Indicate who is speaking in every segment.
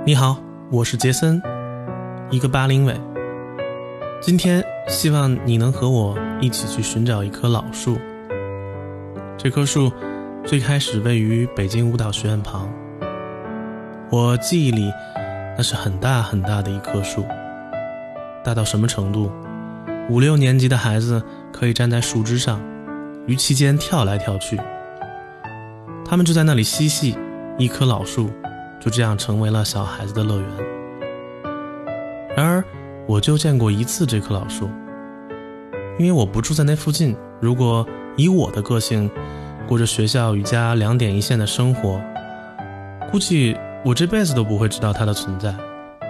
Speaker 1: 你好，我是杰森，一个80尾。今天希望你能和我一起去寻找一棵老树。这棵树最开始位于北京舞蹈学院旁，我记忆里那是很大很大的一棵树，大到什么程度？5、6年级的孩子可以站在树枝上，于其间跳来跳去。他们就在那里嬉戏，一棵老树就这样成为了小孩子的乐园。然而我就见过一次这棵老树，因为我不住在那附近，如果以我的个性过着学校与家2点1线的生活，估计我这辈子都不会知道它的存在。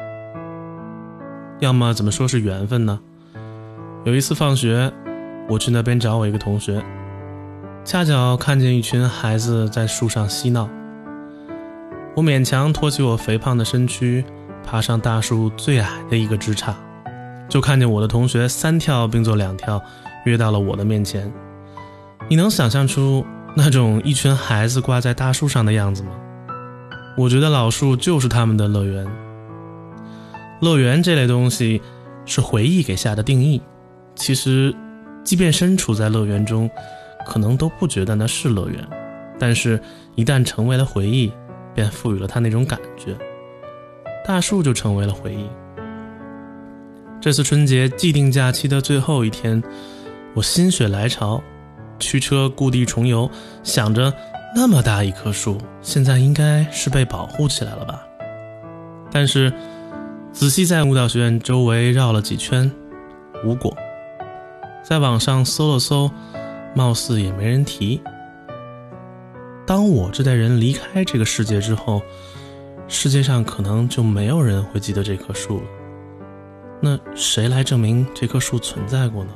Speaker 1: 要么怎么说是缘分呢？有一次放学，我去那边找我一个同学，恰巧看见一群孩子在树上嬉闹。我勉强托起我肥胖的身躯，爬上大树最矮的一个枝杈，就看见我的同学3跳并作2跳跃到了我的面前。你能想象出那种一群孩子挂在大树上的样子吗？我觉得老树就是他们的乐园。乐园这类东西是回忆给下的定义，其实即便身处在乐园中，可能都不觉得那是乐园，但是一旦成为了回忆，便赋予了它那种感觉。大树就成为了回忆。这次春节既定假期的最后一天，我心血来潮，驱车故地重游，想着那么大一棵树，现在应该是被保护起来了吧。但是仔细在舞蹈学院周围绕了几圈，无果。在网上搜了搜，貌似也没人提。当我这代人离开这个世界之后，世界上可能就没有人会记得这棵树了。那谁来证明这棵树存在过呢？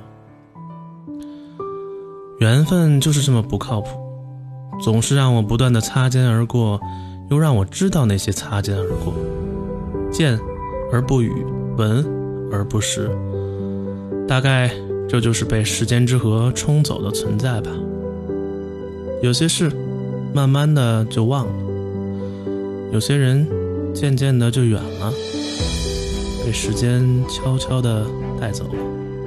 Speaker 1: 缘分就是这么不靠谱，总是让我不断的擦肩而过，又让我知道那些擦肩而过。见而不语，闻而不识，大概这就是被时间之河冲走的存在吧。有些事慢慢的就忘了，有些人渐渐的就远了，被时间悄悄的带走了。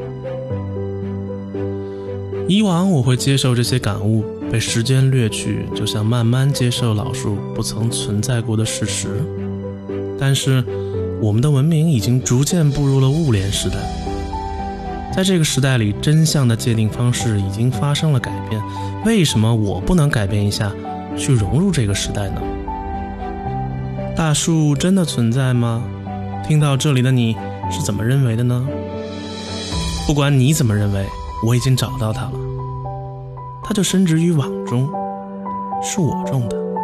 Speaker 1: 以往我会接受这些感悟被时间掠去，就像慢慢接受老树不曾存在过的事实。但是我们的文明已经逐渐步入了物联时代，在这个时代里，真相的界定方式已经发生了改变。为什么我不能改变一下，去融入这个时代呢？大树真的存在吗？听到这里的你是怎么认为的呢？不管你怎么认为，我已经找到它了，它就深植于网中，是我种的。